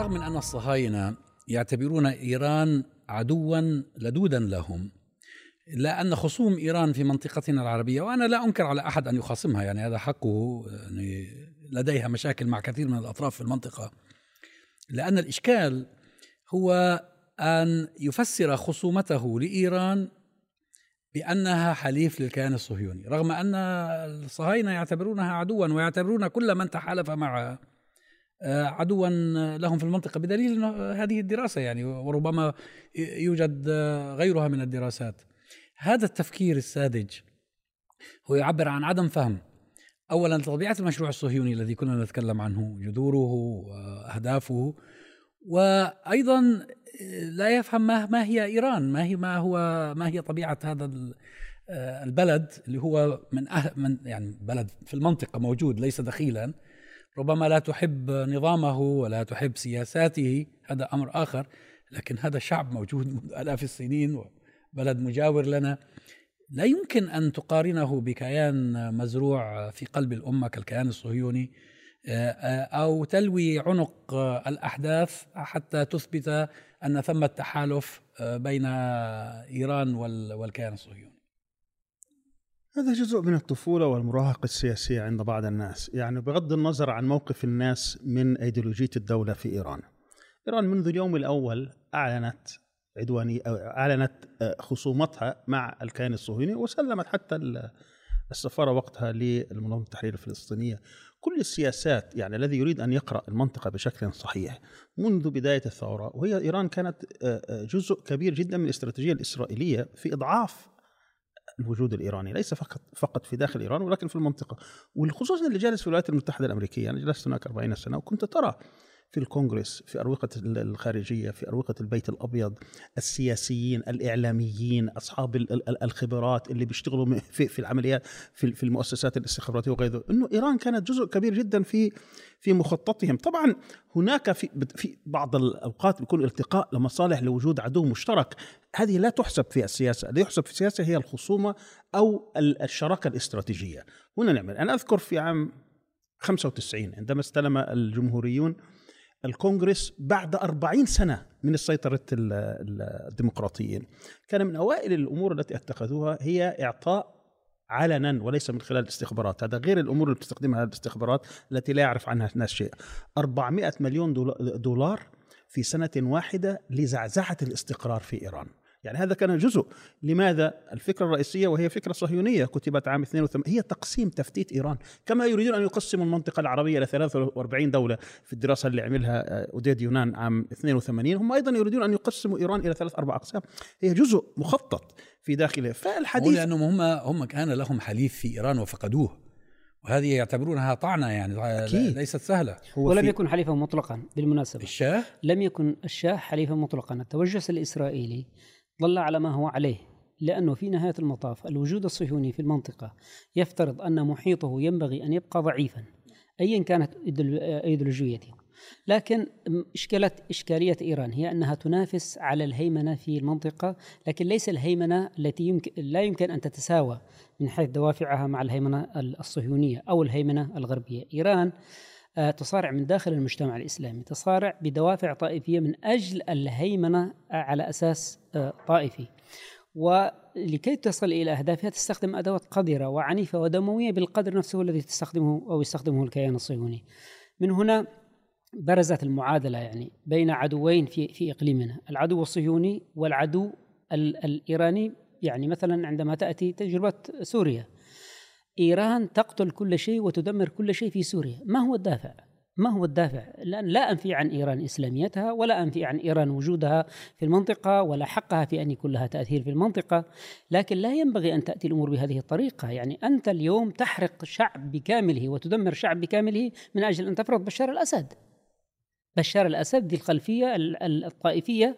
بالرغم من أن الصهاينة يعتبرون إيران عدوا لدودا لهم، إلا أن خصوم إيران في منطقتنا العربية، وأنا لا أنكر على أحد أن يخاصمها، يعني هذا حقه، يعني لديها مشاكل مع كثير من الأطراف في المنطقة، لأن الإشكال هو أن يفسر خصومته لإيران بأنها حليف للكيان الصهيوني، رغم أن الصهاينة يعتبرونها عدوا، ويعتبرون كل من تحالف معها عدوا لهم في المنطقة، بدليل هذه الدراسة يعني، وربما يوجد غيرها من الدراسات. هذا التفكير الساذج هو يعبر عن عدم فهم أولا طبيعة المشروع الصهيوني الذي كنا نتكلم عنه، جذوره وأهدافه، وأيضا لا يفهم ما هي إيران، ما هي طبيعة هذا البلد اللي هو من يعني بلد في المنطقة موجود ليس دخيلا، ربما لا تحب نظامه ولا تحب سياساته، هذا أمر آخر، لكن هذا شعب موجود منذ آلاف السنين وبلد مجاور لنا، لا يمكن أن تقارنه بكيان مزروع في قلب الأمة كالكيان الصهيوني، أو تلوي عنق الأحداث حتى تثبت أن ثمة تحالف بين إيران والكيان الصهيوني. هذا جزء من الطفولة والمراهقة السياسية عند بعض الناس، يعني بغض النظر عن موقف الناس من أيديولوجية الدولة في إيران. إيران منذ اليوم الأول أعلنت خصومتها مع الكيان الصهيوني، وسلمت حتى السفارة وقتها للمنظمة التحرير الفلسطينية. كل السياسات، يعني الذي يريد أن يقرأ المنطقة بشكل صحيح منذ بداية الثورة، وهي إيران كانت جزء كبير جدا من الاستراتيجية الإسرائيلية في إضعاف الوجود الإيراني، ليس فقط في داخل إيران ولكن في المنطقة. والخصوصا اللي جالس في الولايات المتحدة الأمريكية، أنا جلست هناك 40 سنة وكنت ترى في الكونغرس، في أروقة الخارجية، في أروقة البيت الأبيض، السياسيين، الإعلاميين، أصحاب الخبرات اللي بيشتغلوا في العمليات في المؤسسات الاستخباراتية وغيره، إنه إيران كانت جزء كبير جدا في مخططهم. طبعا هناك في بعض الأوقات بيكون التقاء لمصالح لوجود عدو مشترك، هذه لا تحسب في السياسة. اللي يحسب في السياسة هي الخصومة أو الشراكة الاستراتيجية. هنا نعمل، أنا أذكر في عام 95 عندما استلم الجمهوريون الكونغرس بعد 40 سنة من السيطرة الديمقراطيين، كان من أوائل الأمور التي اتخذوها هي إعطاء علنا وليس من خلال الاستخبارات، هذا غير الأمور اللي بتستخدمها الاستخبارات التي لا يعرف عنها الناس شيء. 400 مليون دولار في سنة واحدة لزعزعة الاستقرار في إيران. يعني هذا كان جزء. لماذا؟ الفكرة الرئيسية وهي فكرة صهيونية كتبت عام 82 هي تقسيم تفتيت إيران، كما يريدون أن يقسموا المنطقة العربية إلى 43 دولة في الدراسة اللي عملها أوديد يونان عام 82. هم أيضا يريدون أن يقسموا إيران إلى 3-4 أقسام، هي جزء مخطط في داخله. فالحديث لأنهم هم كان لهم حليف في إيران وفقدوه، وهذه يعتبرونها طعنة يعني أكيد. ليست سهلة. ولم يكن حليفا مطلقا بالمناسبة. الشاه لم يكن الشاه حليفا مطلقا، التوجس الإسرائيلي ظل على ما هو عليه، لأنه في نهاية المطاف الوجود الصهيوني في المنطقة يفترض أن محيطه ينبغي أن يبقى ضعيفا أيا كانت أيديولوجيته. لكن إشكالية إيران هي أنها تنافس على الهيمنة في المنطقة، لكن ليس الهيمنة التي لا يمكن أن تتساوى من حيث دوافعها مع الهيمنة الصهيونية أو الهيمنة الغربية. إيران تصارع من داخل المجتمع الإسلامي، تصارع بدوافع طائفية من أجل الهيمنة على أساس طائفي، ولكي تصل إلى أهدافها تستخدم أدوات قذرة وعنيفة ودموية بالقدر نفسه الذي يستخدمه الكيان الصهيوني. من هنا برزت المعادلة يعني بين عدوين في إقليمنا، العدو الصهيوني والعدو الإيراني. يعني مثلا عندما تأتي تجربة سوريا، إيران تقتل كل شيء وتدمر كل شيء في سوريا. ما هو الدافع؟ ما هو الدافع؟ لأن لا أنفي عن إيران إسلاميتها، ولا أنفي عن إيران وجودها في المنطقة ولا حقها في أن يكون لها تأثير في المنطقة، لكن لا ينبغي أن تأتي الأمور بهذه الطريقة. يعني أنت اليوم تحرق شعب بكامله وتدمر شعب بكامله من أجل أن تفرض بشار الأسد. بشار الأسد ذي الخلفية الطائفية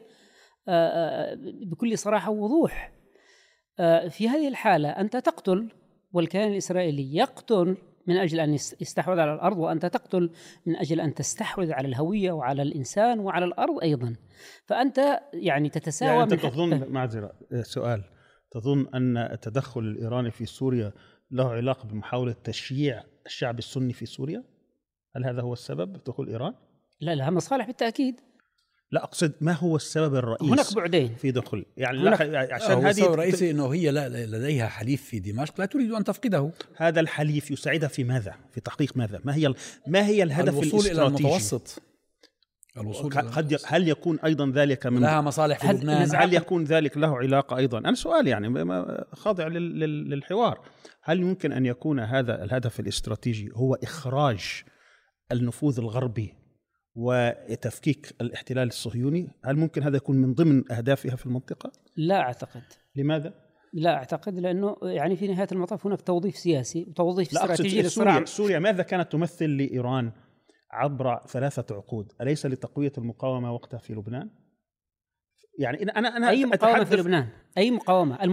بكل صراحة ووضوح. في هذه الحالة أنت تقتل، والكيان الإسرائيلي يقتل من أجل أن يستحوذ على الأرض، وأنت تقتل من أجل أن تستحوذ على الهوية وعلى الإنسان وعلى الأرض أيضا. فأنت يعني تتساوى. يعني أنت تظن، معذرة سؤال، تظن أن التدخل الإيراني في سوريا له علاقة بمحاولة تشييع الشعب السني في سوريا؟ هل هذا هو السبب دخول إيران؟ لا لها مصالح بالتأكيد. لا أقصد ما هو السبب الرئيسي هناك بعدين في دخول، يعني عشان هذه السبب الرئيسي أنه هي لديها حليف في دمشق لا تريد أن تفقده. هذا الحليف يساعدها في ماذا؟ في تحقيق ماذا؟ ما هي الهدف الوصول الاستراتيجي؟ إلى المتوسط. هل يكون أيضا ذلك من لها مصالح في لبنان؟ هل يكون ذلك له علاقة أيضا؟ أنا سؤال يعني خاضع للحوار. هل يمكن أن يكون هذا الهدف الاستراتيجي هو إخراج النفوذ الغربي وتفكيك الاحتلال الصهيوني؟ هل ممكن هذا يكون من ضمن أهدافها في المنطقة؟ لا أعتقد. لماذا؟ لا أعتقد، لأنه يعني في نهاية المطاف هناك توظيف سياسي وتوظيف استراتيجي للصراع. سوريا ماذا كانت تمثل لإيران عبر 3 عقود؟ أليس لتقوية المقاومة وقتها في لبنان؟ يعني أنا أي مقاومة في لبنان؟ أي مقاومة؟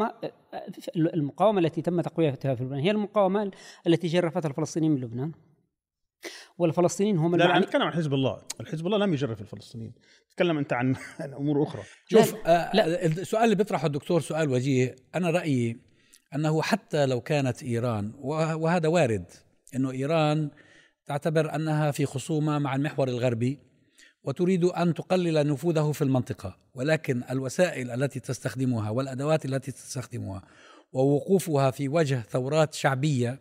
المقاومة التي تم تقويتها في لبنان هي المقاومة التي جرفتها الفلسطينيين من لبنان، والفلسطينيين هم لا نتكلم عن حزب الله. الحزب الله لم يجرف الفلسطينيين، تتكلم أنت عن أمور أخرى. شوف السؤال اللي بيطرحه الدكتور سؤال وجيه. أنا رأيي أنه حتى لو كانت إيران، وهذا وارد، أنه إيران تعتبر أنها في خصومة مع المحور الغربي وتريد أن تقلل نفوذه في المنطقة، ولكن الوسائل التي تستخدمها والأدوات التي تستخدمها ووقوفها في وجه ثورات شعبية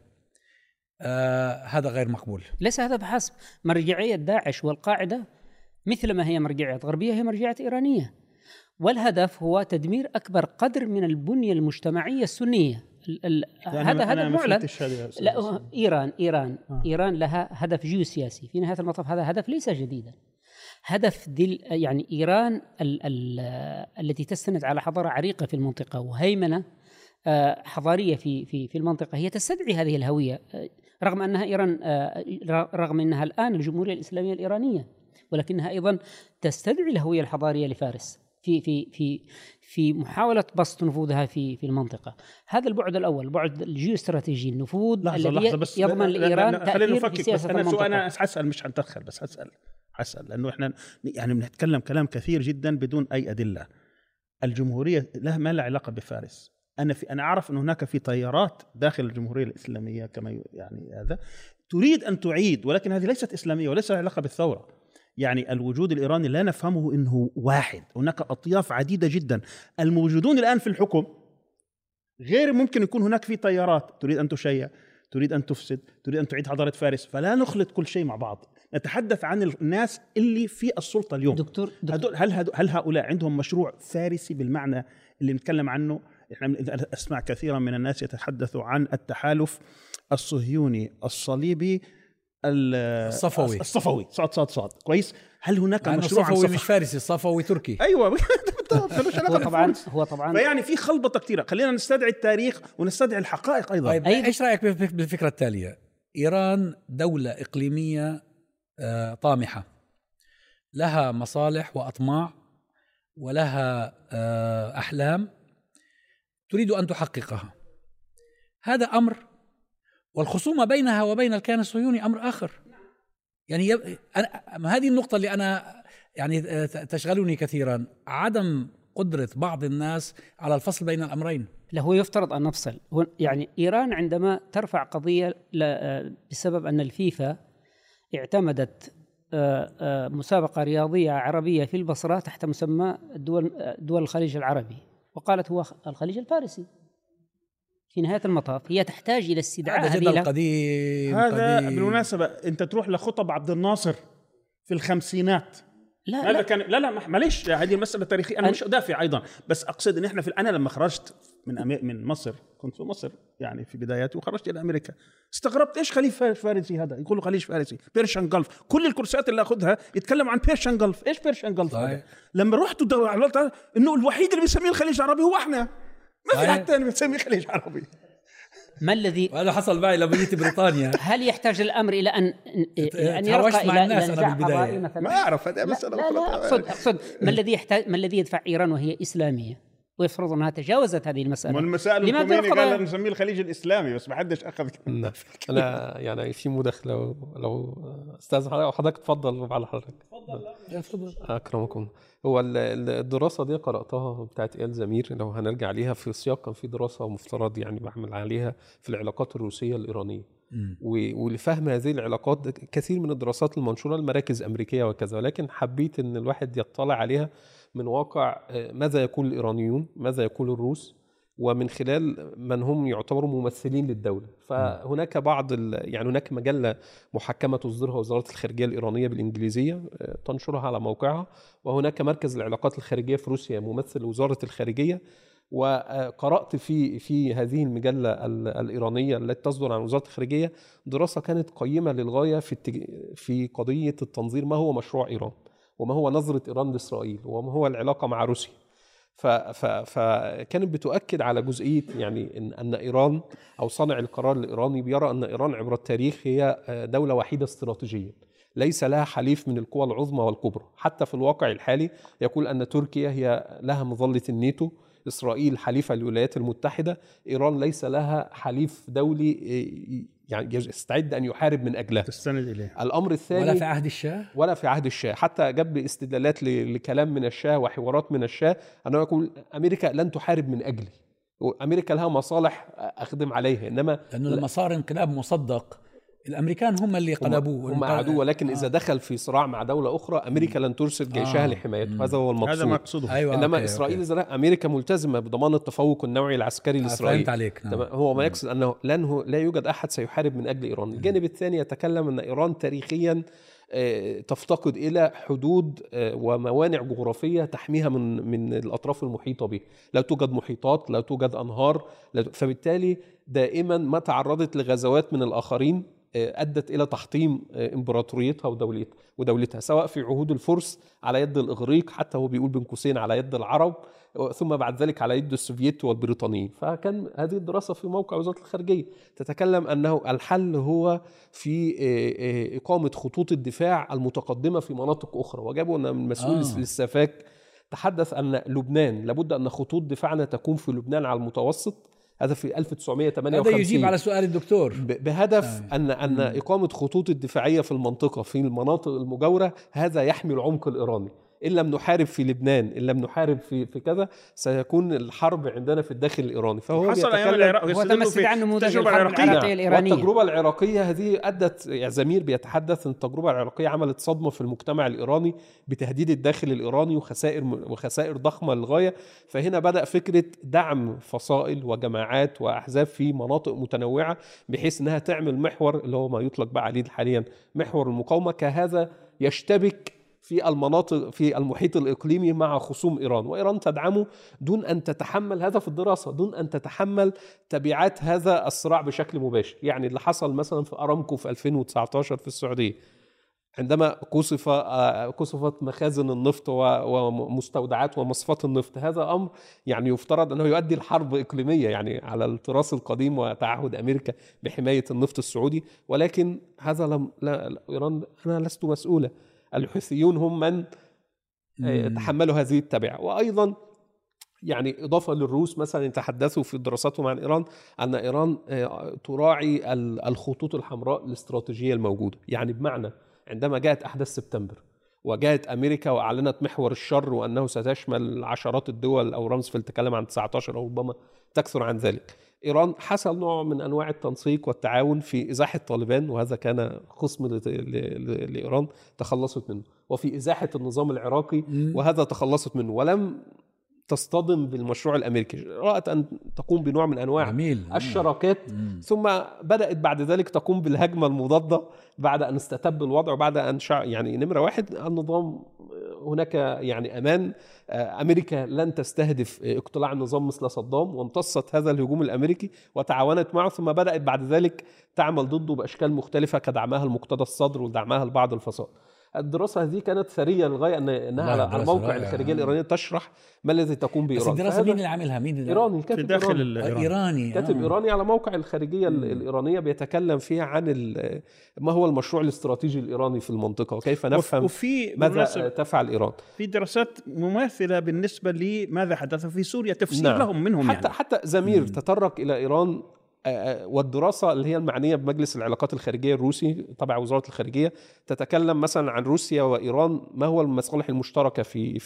هذا غير مقبول. ليس هذا بحسب. مرجعية داعش والقاعدة مثل ما هي مرجعيات غربية هي مرجعيات إيرانية، والهدف هو تدمير أكبر قدر من البنية المجتمعية السنية. هذا معلن. لا إيران لها هدف جيوسياسي في نهاية المطاف. هذا هدف ليس جديدا. هدف يعني إيران التي تستند على حضارة عريقة في المنطقة وهيمنة حضارية في المنطقة، هي تستدعي هذه الهوية، رغم أنها إيران رغم أنها الآن الجمهورية الإسلامية الإيرانية، ولكنها أيضا تستدعي الهوية الحضارية لفارس في محاولة بسط نفوذها في المنطقة. هذا البعد الأول، بعد الجيوستراتيجي، النفوذ الذي يضمن لإيران تأثير في سياسة المنطقة. أنا أسأل، مش هندخل، بس أسأل لأنه إحنا يعني بنتكلم كلام كثير جدا بدون أي أدلة. الجمهورية لها ما لا علاقة بفارس. أنا أعرف أن هناك في تيارات داخل الجمهورية الإسلامية كما يعني هذا تريد أن تعيد، ولكن هذه ليست إسلامية وليس لها علاقة بالثورة. يعني الوجود الإيراني لا نفهمه إنه واحد، هناك أطياف عديدة جدا. الموجودون الآن في الحكم غير ممكن يكون هناك في تيارات تريد أن تشيع، تريد أن تفسد، تريد أن تعيد حضارة فارس. فلا نخلط كل شيء مع بعض، نتحدث عن الناس اللي في السلطة اليوم. دكتور هل هؤلاء عندهم مشروع فارسي بالمعنى اللي نتكلم عنه؟ احنا اسمع كثيرا من الناس يتحدثوا عن التحالف الصهيوني الصليبي الصفوي صاد كويس. هل هناك مشروع صفوي مش فارسي، صفوي تركي؟ ايوه هو طبعا فيعني في خلطة كثيرة. خلينا نستدعي التاريخ ونستدعي الحقائق ايضا. طيب ايش رايك بالفكرة التالية؟ ايران دولة اقليمية طامحة، لها مصالح واطماع ولها احلام تريد أن تحققها. هذا أمر، والخصومة بينها وبين الكيان الصهيوني أمر آخر. يعني هذه النقطة اللي أنا يعني تشغلني كثيرا، عدم قدرة بعض الناس على الفصل بين الأمرين. لا، هو يفترض أن نفصل. يعني إيران عندما ترفع قضية بسبب أن الفيفا اعتمدت مسابقة رياضية عربية في البصرة تحت مسمى دول الخليج العربي، وقالت هو الخليج الفارسي، في نهاية المطاف هي تحتاج إلى استدعاء هذا جدل قديم. هذا بالمناسبة أنت تروح لخطب عبد الناصر في الخمسينات. هذا كان لا معليش، هذه المسألة تاريخية. أنا مش أدافع أيضا، بس أقصد إن إحنا أنا لما خرجت من مصر، كنت في مصر يعني في بداياتي، وخرجت إلى أمريكا، استغربت إيش خليج فارسي هذا؟ يقولوا خليج فارسي، بيرشان جلف. كل الكورسات اللي أخذها يتكلم عن بيرشان جلف. إيش بيرشان جلف هذا؟ لما رحت إنه الوحيد اللي بيسميه الخليج العربي هو إحنا، ما في حد ثاني بيسميه خليج عربي. ما الذي هذا حصل معي لما جيت بريطانيا. هل يحتاج الأمر إلى أن يرقى إلى الناس؟ أنا بالبداية ما أعرف هذا مسألة. لا أقصد ما الذي يدفع إيران وهي إسلامية ويفرض أنها تجاوزت هذه المسألة؟ والمسائل الخميني قال نسميه الخليج الإسلامي، بس ما حدش أخذ. أنا يعني في مداخلة، لو أستاذ حضرتك تفضل. على حضرتك تفضل أكرمكم. هو الدراسة دي قرأتها بتاعت إيل زمير، لو هنرجع ليها في سياق كان في دراسة مفترض يعني بعمل عليها في العلاقات الروسية الإيرانية. ولفهم هذه العلاقات كثير من الدراسات المنشورة المراكز أمريكية وكذا، ولكن حبيت أن الواحد يطلع عليها من واقع ماذا يقول الإيرانيون، ماذا يقول الروس، ومن خلال من هم يعتبروا ممثلين للدولة. فهناك يعني هناك مجلة محكمة تصدرها وزارة الخارجية الإيرانية بالإنجليزية تنشرها على موقعها، وهناك مركز العلاقات الخارجية في روسيا ممثل وزارة الخارجية. وقرأت في هذه المجلة الإيرانية التي تصدر عن وزارة الخارجية دراسة كانت قيمة للغاية في قضية التنظير، ما هو مشروع إيران، وما هو نظرة إيران لإسرائيل، وما هو العلاقة مع روسيا. فكانت بتؤكد على جزئية يعني أن إيران أو صانع القرار الإيراني بيرى أن إيران عبر التاريخ هي دولة وحيدة استراتيجيا، ليس لها حليف من القوى العظمى والكبرى. حتى في الواقع الحالي يقول أن تركيا هي لها مظلة الناتو، إسرائيل حليفة للولايات المتحدة، إيران ليس لها حليف دولي يعني يستعد أن يحارب من أجلها، تستند إليه. الأمر الثاني ولا في عهد الشاه، ولا في عهد الشاه. حتى جاب استدلالات لكلام من الشاه وحوارات من الشاه أنه يقول أمريكا لن تحارب من أجلي، أمريكا لها مصالح أخدم عليها، إنما لأنه لما صار انقلاب مصدق الأمريكان هم اللي قلبوه، هم عدو. ولكن إذا دخل في صراع مع دولة أخرى أمريكا لن ترسل جيشها لحمايته، هذا هو المقصود، هذا مقصوده. أيوة. إنما إسرائيل إذا أمريكا ملتزمة بضمان التفوق النوعي العسكري لإسرائيل. هو ما يقصد أنه لا يوجد أحد سيحارب من أجل إيران. الجانب الثاني يتكلم أن إيران تاريخيا تفتقد إلى حدود وموانع جغرافية تحميها من الأطراف المحيطة به، لا توجد محيطات، لا توجد أنهار، فبالتالي دائما ما تعرضت لغزوات من الآخرين أدت إلى تحطيم إمبراطوريتها ودولتها، سواء في عهود الفرس على يد الإغريق، حتى هو بيقول بين قوسين على يد العرب، ثم بعد ذلك على يد السوفييت والبريطانيين. فكان هذه الدراسة في موقع وزارة الخارجية تتكلم أنه الحل هو في إقامة خطوط الدفاع المتقدمة في مناطق أخرى. وجابوا أن المسؤول للسفاك تحدث أن لبنان لابد أن خطوط دفاعنا تكون في لبنان على المتوسط، هذا في 1958. هذا يجيب على سؤال الدكتور، بهدف أن إقامة خطوط الدفاعية في المنطقة في المناطق المجاورة هذا يحمي العمق الإيراني. إن لم نحارب في لبنان، إن لم نحارب في كذا، سيكون الحرب عندنا في الداخل الإيراني. فهو حصل أيام العراق وتمثل عن نموذج الحرب العراقية الإيرانية. والتجربة العراقية هذه أدت، يعني زمير بيتحدث أن التجربة العراقية عملت صدمة في المجتمع الإيراني بتهديد الداخل الإيراني وخسائر ضخمة للغاية. فهنا بدأ فكرة دعم فصائل وجماعات وأحزاب في مناطق متنوعة بحيث أنها تعمل محور اللي هو ما يطلق بقى عليه حاليا محور المقاومة، كهذا يشتبك في المناطق في المحيط الإقليمي مع خصوم إيران، وإيران تدعمه دون أن تتحمل هذا في الدراسة، دون أن تتحمل تبعات هذا الصراع بشكل مباشر. يعني اللي حصل مثلا في أرامكو في 2019 في السعودية، عندما قصفت مخازن النفط ومستودعات ومصفات النفط، هذا أمر يعني يفترض أنه يؤدي لحرب إقليمية يعني على التراث القديم وتعهد أمريكا بحماية النفط السعودي. ولكن هذا إيران أنا لست مسؤولة، الحوثيون هم من تحملوا هذه التبعة. وأيضا يعني إضافة للروس مثلا يتحدثوا في دراساتهم عن إيران أن إيران تراعي الخطوط الحمراء الاستراتيجية الموجودة. يعني بمعنى عندما جاءت أحداث سبتمبر وجاءت أمريكا وأعلنت محور الشر وأنه ستشمل عشرات الدول، أو رمزفيلد تكلم عن 19 أو ربما تكثر عن ذلك، إيران حصل نوع من أنواع التنسيق والتعاون في إزاحة طالبان، وهذا كان خصم لإيران تخلصت منه، وفي إزاحة النظام العراقي وهذا تخلصت منه، ولم تصطدم بالمشروع الأمريكي. رأت أن تقوم بنوع من أنواع الشراكات، ثم بدأت بعد ذلك تقوم بالهجمة المضادة بعد أن استتب الوضع، وبعد أن يعني نمرة واحد النظام هناك يعني أمان، أمريكا لن تستهدف اقتلاع النظام مثل صدام، وامتصت هذا الهجوم الأمريكي وتعاونت معه، ثم بدأت بعد ذلك تعمل ضده بأشكال مختلفة كدعمها المقتدى الصدر ودعمها لبعض الفصائل. الدراسة هذه كانت ثرية للغاية أنها على موقع الخارجية الإيرانية تشرح ما الذي تقوم بإيران. بس الدراسة مين اللي عاملها؟ مين إيراني، كاتب إيراني كاتب إيراني على موقع الخارجية الإيرانية بيتكلم فيها عن ما هو المشروع الاستراتيجي الإيراني في المنطقة وكيف نفهم ماذا تفعل إيران. في دراسات مماثلة بالنسبة لماذا حدث في سوريا، تفسير لهم منهم حتى زمير تطرق إلى إيران، والدراسة اللي هي المعنية بمجلس العلاقات الخارجية الروسي تبع وزارة الخارجية تتكلم مثلا عن روسيا وإيران، ما هو المصالح المشتركة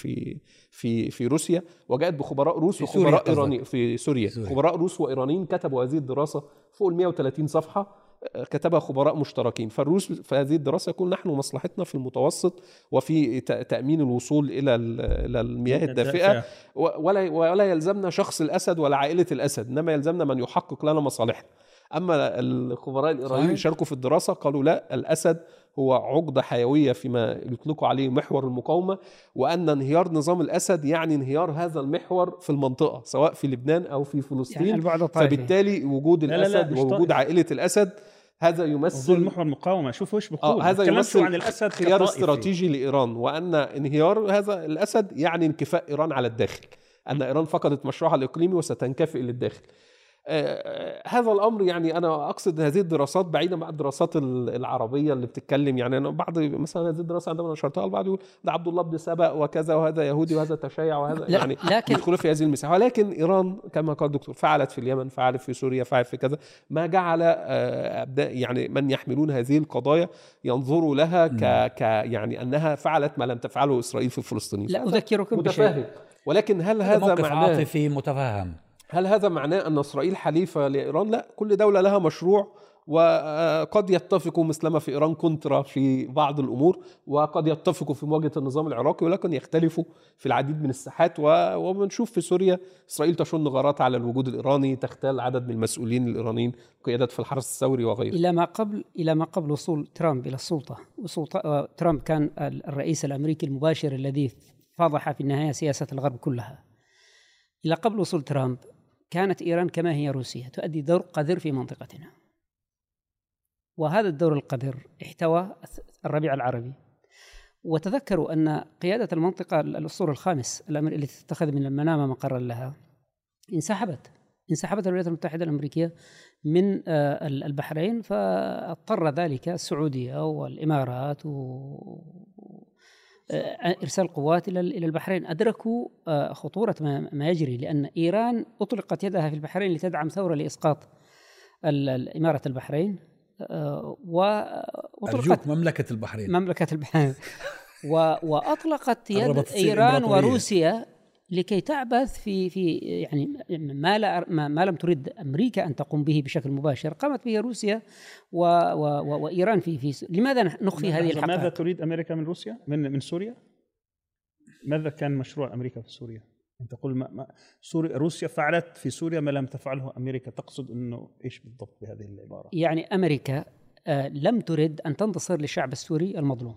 في روسيا، وجاءت بخبراء روس وخبراء إيراني في سوريا. خبراء روس وإيرانيين كتبوا هذه الدراسة فوق 130 صفحة كتبها خبراء مشتركين. فالروس في هذه الدراسة يقول نحن مصلحتنا في المتوسط وفي تأمين الوصول إلى المياه الدافئة، ولا يلزمنا شخص الأسد ولا عائلة الأسد، إنما يلزمنا من يحقق لنا مصالحنا. أما الخبراء الإيرانيين شاركوا في الدراسة قالوا لا، الأسد هو عقدة حيوية فيما يطلقوا عليه محور المقاومة، وأن انهيار نظام الأسد يعني انهيار هذا المحور في المنطقة سواء في لبنان أو في فلسطين. يعني فبالتالي وجود الأسد ووجود عائلة الأسد هذا يمثل المحور المقاومة. شوفوا ايش بقول، هذا يمثل عن الأسد خيار استراتيجي لإيران، وأن انهيار هذا الأسد يعني انكفاء إيران على الداخل، أن إيران فقدت مشروعها الإقليمي وستنكفئ للداخل. هذا الأمر يعني أنا أقصد هذه الدراسات بعيدة عن الدراسات العربية اللي بتتكلم. يعني أنا بعض مثلا هذه الدراسة عندما نشرتها البعض يقول ده عبد الله بن سبأ وكذا وهذا يهودي وهذا تشيع وهذا يعني يدخل في هذه المساحة. ولكن إيران كما قال الدكتور فعلت في اليمن، فعلت في سوريا، فعلت في كذا، ما جعل يعني من يحملون هذه القضايا ينظروا لها يعني أنها فعلت ما لم تفعله إسرائيل في فلسطين. لا أذكركم متفاهم. ولكن هل هذا موقف عاطفي متفهم؟ هل هذا معناه أن إسرائيل حليفة لإيران؟ لا، كل دولة لها مشروع، وقد يتفقوا مثلما في إيران كونترا في بعض الأمور، وقد يتفقوا في مواجهة النظام العراقي، ولكن يختلفوا في العديد من الساحات. وبنشوف في سوريا إسرائيل تشن غارات على الوجود الإيراني، تختال عدد من المسؤولين الإيرانيين، قيادات في الحرس الثوري وغيره. إلى ما قبل وصول ترامب إلى السلطة. ترامب كان الرئيس الأمريكي المباشر الذي فاضح في النهاية سياسة الغرب كلها. إلى قبل وصول ترامب كانت إيران كما هي روسيا تؤدي دور قذر في منطقتنا، وهذا الدور القذر احتوى الربيع العربي. وتذكروا أن قيادة المنطقة الأسطول الخامس التي تتخذ من المنامة مقرا لها انسحبت الولايات المتحدة الأمريكية من البحرين، فاضطر ذلك السعودية والإمارات إرسال قوات إلى البحرين. أدركوا خطورة ما يجري، لأن إيران أطلقت يدها في البحرين لتدعم ثورة لإسقاط الإمارة البحرين، وأطلقت مملكة البحرين وأطلقت يد إيران وروسيا لكي تعبث في يعني ما لم ترد أمريكا أن تقوم به بشكل مباشر، قامت به روسيا وإيران في لماذا نخفي هذه الحقائق؟ ماذا تريد أمريكا من روسيا من سوريا؟ ماذا كان مشروع أمريكا في سوريا؟ أنت تقول روسيا فعلت في سوريا ما لم تفعله أمريكا، تقصد أنه إيش بالضبط بهذه العبارة؟ يعني أمريكا لم ترد أن تنتصر للشعب السوري المظلوم،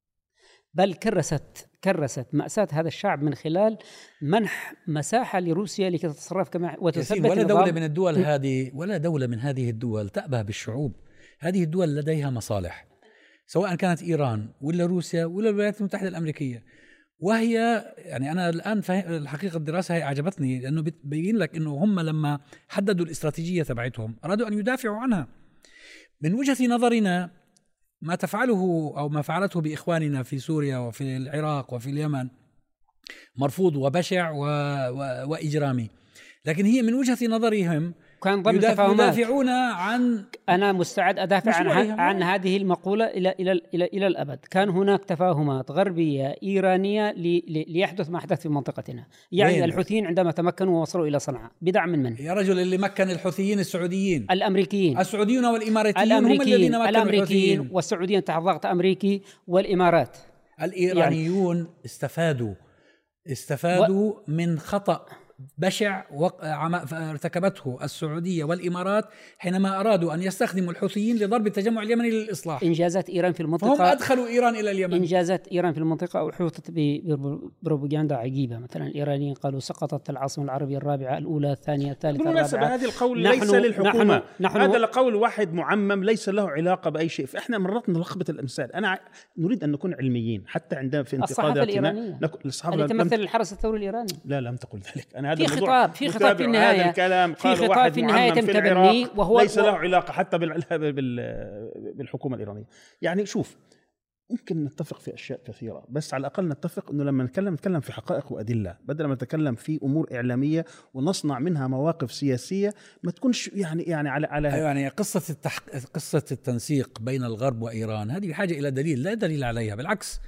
بل كرست مأساة هذا الشعب من خلال منح مساحة لروسيا لكي تتصرف كما وتثبت. ولا دولة من الدول هذه، ولا دولة من هذه الدول تأبه بالشعوب. هذه الدول لديها مصالح، سواء كانت إيران ولا روسيا ولا الولايات المتحدة الأمريكية. وهي يعني أنا الآن الحقيقة الدراسة هي أعجبتني، لأنه بيبين لك أنه هم لما حددوا الاستراتيجية تبعتهم أرادوا أن يدافعوا عنها. من وجهة نظرنا ما تفعله أو ما فعلته بإخواننا في سوريا وفي العراق وفي اليمن مرفوض وبشع وإجرامي، لكن هي من وجهة نظرهم كان ضمن يدافعون عن. أنا مستعد أدافع عن هذه المقولة إلى الأبد. كان هناك تفاهمات غربية إيرانية ليحدث ما حدث في منطقتنا. يعني الحوثيين عندما تمكنوا ووصلوا إلى صنعاء بدعم من يا رجل اللي مكن الحوثيين الأمريكيين والإماراتيين هم الذين مكنوا الحوثيين والسعوديين تحت ضغط أمريكي والإمارات. الإيرانيون يعني استفادوا من خطأ بشع ارتكبته السعودية والإمارات حينما أرادوا أن يستخدموا الحوثيين لضرب التجمع اليمني للإصلاح. إنجازات إيران في المنطقة، هم أدخلوا إيران إلى اليمن. إنجازات إيران في المنطقة أحيطت ببروباغندا عجيبة. مثلا الإيرانيين قالوا سقطت العاصمة العربية الرابعة، الأولى، الثانية، الثالثة، الرابعة. هذا القول ليس للحكومة، هذا القول واحد معمم ليس له علاقة بأي شيء. فإحنا مرات نلخبط الإنسان. أنا نريد أن نكون علميين حتى عندما في انتقاداتنا. الصحافة تمثل الحرس الثوري الإيراني. لا لم تقل ذلك. أنا هذا في خطاب في النهاية، في خطاب في النهاية تم تبنيه وهو ليس له علاقة حتى بالحكومة الإيرانية. يعني شوف، ممكن نتفق في أشياء كثيرة، بس على الأقل نتفق أنه لما نتكلم في حقائق وأدلة، بدل ما نتكلم في أمور إعلامية ونصنع منها مواقف سياسية ما تكونش يعني على يعني قصة التنسيق بين الغرب وإيران هذه بحاجة إلى دليل، لا دليل عليها. بالعكس،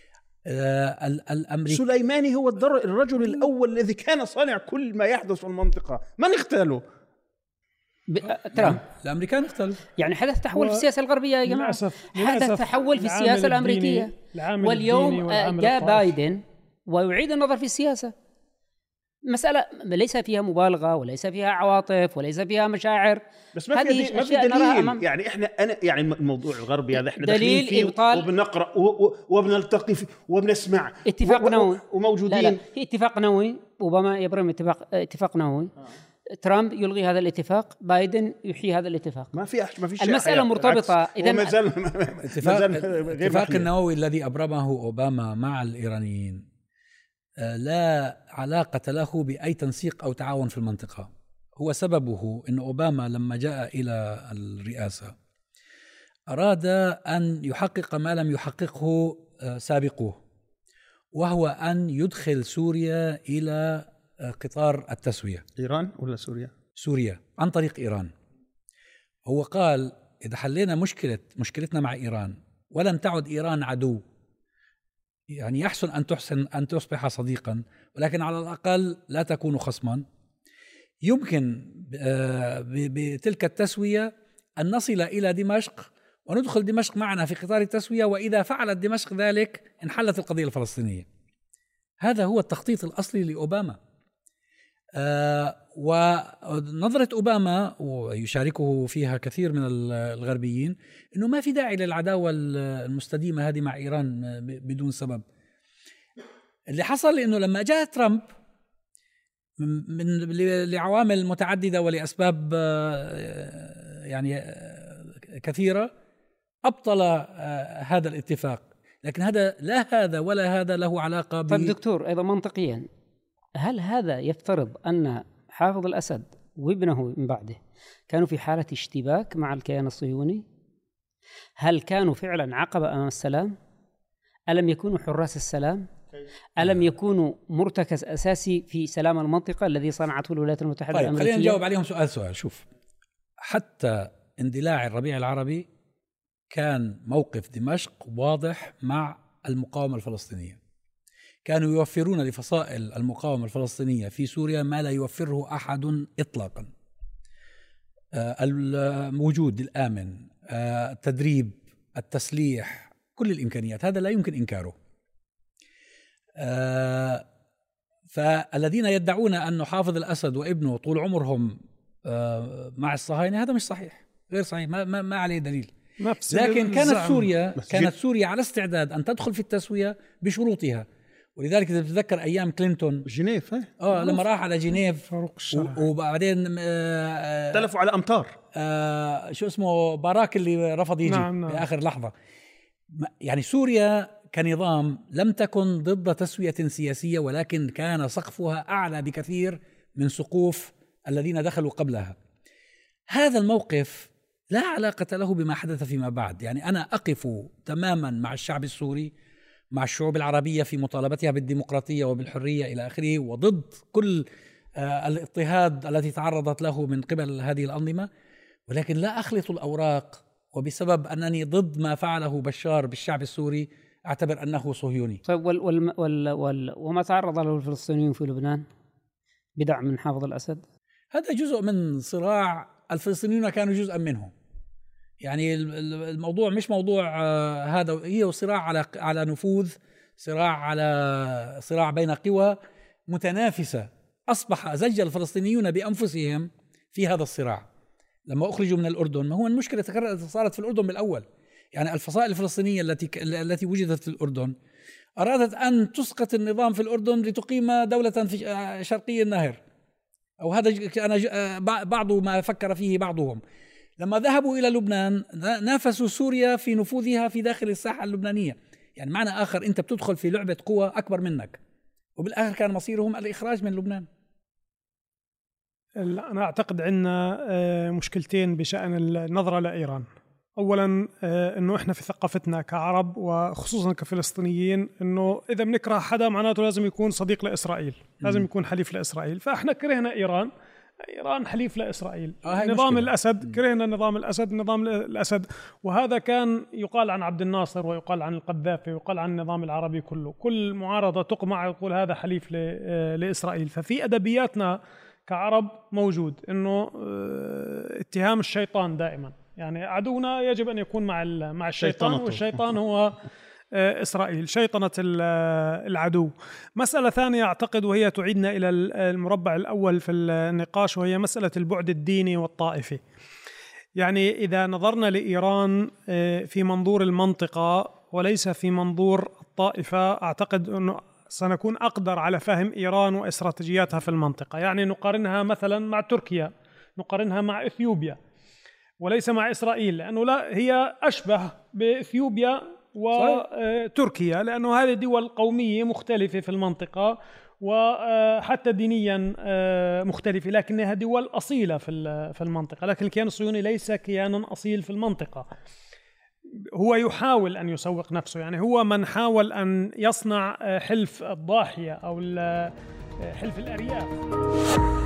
سليماني هو الرجل الأول الذي كان صانع كل ما يحدث في المنطقة. من اغتاله؟ ترامب الأمريكان اختلوا. يعني حدث تحول في السياسة الغربية يا جماعة، حدث تحول في السياسة الأمريكية. واليوم جاء بايدن ويعيد النظر في السياسة. مسألة ليس فيها مبالغة وليس فيها عواطف وليس فيها مشاعر، بس ما في دليل. يعني أنا يعني الموضوع الغربي هذا إحنا داخلين فيه وبنقرأ وبنلتقي فيه وبنسمع اتفاق نووي وموجودين. لا اتفاق نووي، أوباما يبرم اتفاق نووي، ترامب يلغي هذا الاتفاق، بايدن يحيي هذا الاتفاق. ما في شيء. المسألة مرتبطة. إذا الاتفاق النووي الذي أبرمه أوباما مع الإيرانيين لا علاقة له بأي تنسيق أو تعاون في المنطقة. هو سببه أن أوباما لما جاء إلى الرئاسة أراد أن يحقق ما لم يحققه سابقه، وهو أن يدخل سوريا إلى قطار التسوية. إيران ولا سوريا عن طريق إيران. هو قال إذا حلينا مشكلتنا مع إيران ولم تعد إيران عدو، يعني يحسن أن تصبح صديقا، ولكن على الأقل لا تكون خصما. يمكن بتلك التسوية أن نصل إلى دمشق وندخل دمشق معنا في قطار التسوية، وإذا فعلت دمشق ذلك انحلت القضية الفلسطينية. هذا هو التخطيط الأصلي لأوباما. ونظرة أوباما ويشاركه فيها كثير من الغربيين أنه ما في داعي للعداوة المستديمة هذه مع إيران بدون سبب. اللي حصل أنه لما جاء ترامب لعوامل متعددة ولأسباب يعني كثيرة أبطل هذا الاتفاق، لكن هذا ولا هذا له علاقة طيب دكتور، أيضا منطقيا هل هذا يفترض أن حافظ الأسد وابنه من بعده كانوا في حالة اشتباك مع الكيان الصهيوني؟ هل كانوا فعلا عقبة أمام السلام؟ ألم يكونوا حراس السلام؟ ألم يكونوا مرتكز أساسي في سلام المنطقة الذي صنعته الولايات المتحدة الأمريكية؟ خلينا نجاوب عليهم سؤال. شوف، حتى اندلاع الربيع العربي كان موقف دمشق واضح مع المقاومة الفلسطينية. كانوا يوفرون لفصائل المقاومة الفلسطينية في سوريا ما لا يوفره أحد إطلاقا. الوجود الآمن، التدريب، التسليح، كل الإمكانيات، هذا لا يمكن إنكاره. فالذين يدعون أن حافظ الأسد وابنه طول عمرهم مع الصهاينة هذا مش صحيح، غير صحيح، ما عليه دليل. لكن كانت سوريا على استعداد أن تدخل في التسوية بشروطها. ولذلك إذا تتذكر أيام كلينتون جنيف لما راح على جنيف وبعدين تلفوا على أمتار شو اسمه باراك اللي رفض يجي في آخر لحظة. يعني سوريا كنظام لم تكن ضد تسوية سياسية، ولكن كان سقفها أعلى بكثير من سقوف الذين دخلوا قبلها. هذا الموقف لا علاقة له بما حدث فيما بعد. يعني أنا أقف تماما مع الشعب السوري، مع الشعوب العربية في مطالبتها بالديمقراطية وبالحرية إلى آخره، وضد كل الاضطهاد التي تعرضت له من قبل هذه الأنظمة، ولكن لا أخلط الأوراق وبسبب أنني ضد ما فعله بشار بالشعب السوري أعتبر أنه صهيوني. طيب وما تعرض له الفلسطينيون في لبنان بدعم من حافظ الأسد؟ هذا جزء من صراع الفلسطينيون كانوا جزءا منه. يعني الموضوع مش موضوع هذا، هي صراع على نفوذ، صراع بين قوى متنافسة. أصبح زج الفلسطينيون بأنفسهم في هذا الصراع لما أخرجوا من الأردن. ما هو المشكلة صارت في الأردن بالأول. يعني الفصائل الفلسطينية التي وجدت في الأردن أرادت أن تسقط النظام في الأردن لتقيم دولة في شرقي النهر، أو هذا أنا بعض ما فكر فيه بعضهم. لما ذهبوا إلى لبنان نافسوا سوريا في نفوذها في داخل الساحة اللبنانية. يعني معنى آخر أنت بتدخل في لعبة قوى أكبر منك، وبالآخر كان مصيرهم الإخراج من لبنان. أنا أعتقد عندنا مشكلتين بشأن النظرة لإيران. أولا أنه إحنا في ثقافتنا كعرب وخصوصا كفلسطينيين أنه إذا بنكره حدا معناته لازم يكون صديق لإسرائيل، لازم يكون حليف لإسرائيل. فإحنا كرهنا إيران حليف لإسرائيل. نظام الأسد كرهنا نظام الأسد، وهذا كان يقال عن عبد الناصر ويقال عن القذافي ويقال عن النظام العربي كله. كل معارضة تقمع يقول هذا حليف لإسرائيل. ففي أدبياتنا كعرب موجود، إنه اتهام الشيطان دائما، يعني عدونا يجب أن يكون مع الشيطان، والشيطان هو إسرائيل، شيطنة العدو. مسألة ثانية أعتقد وهي تعيدنا إلى المربع الأول في النقاش، وهي مسألة البعد الديني والطائفي. يعني إذا نظرنا لإيران في منظور المنطقة وليس في منظور الطائفة، أعتقد أنه سنكون أقدر على فهم إيران واستراتيجياتها في المنطقة. يعني نقارنها مثلا مع تركيا، نقارنها مع إثيوبيا وليس مع إسرائيل، لأنه لا، هي أشبه بإثيوبيا وتركيا، لأنه هذه دول قومية مختلفة في المنطقة وحتى دينيا مختلفة، لكنها دول أصيلة في المنطقة. لكن الكيان الصهيوني ليس كيانا أصيل في المنطقة، هو يحاول أن يسوق نفسه، يعني هو من حاول أن يصنع حلف الضاحية أو حلف الأرياف.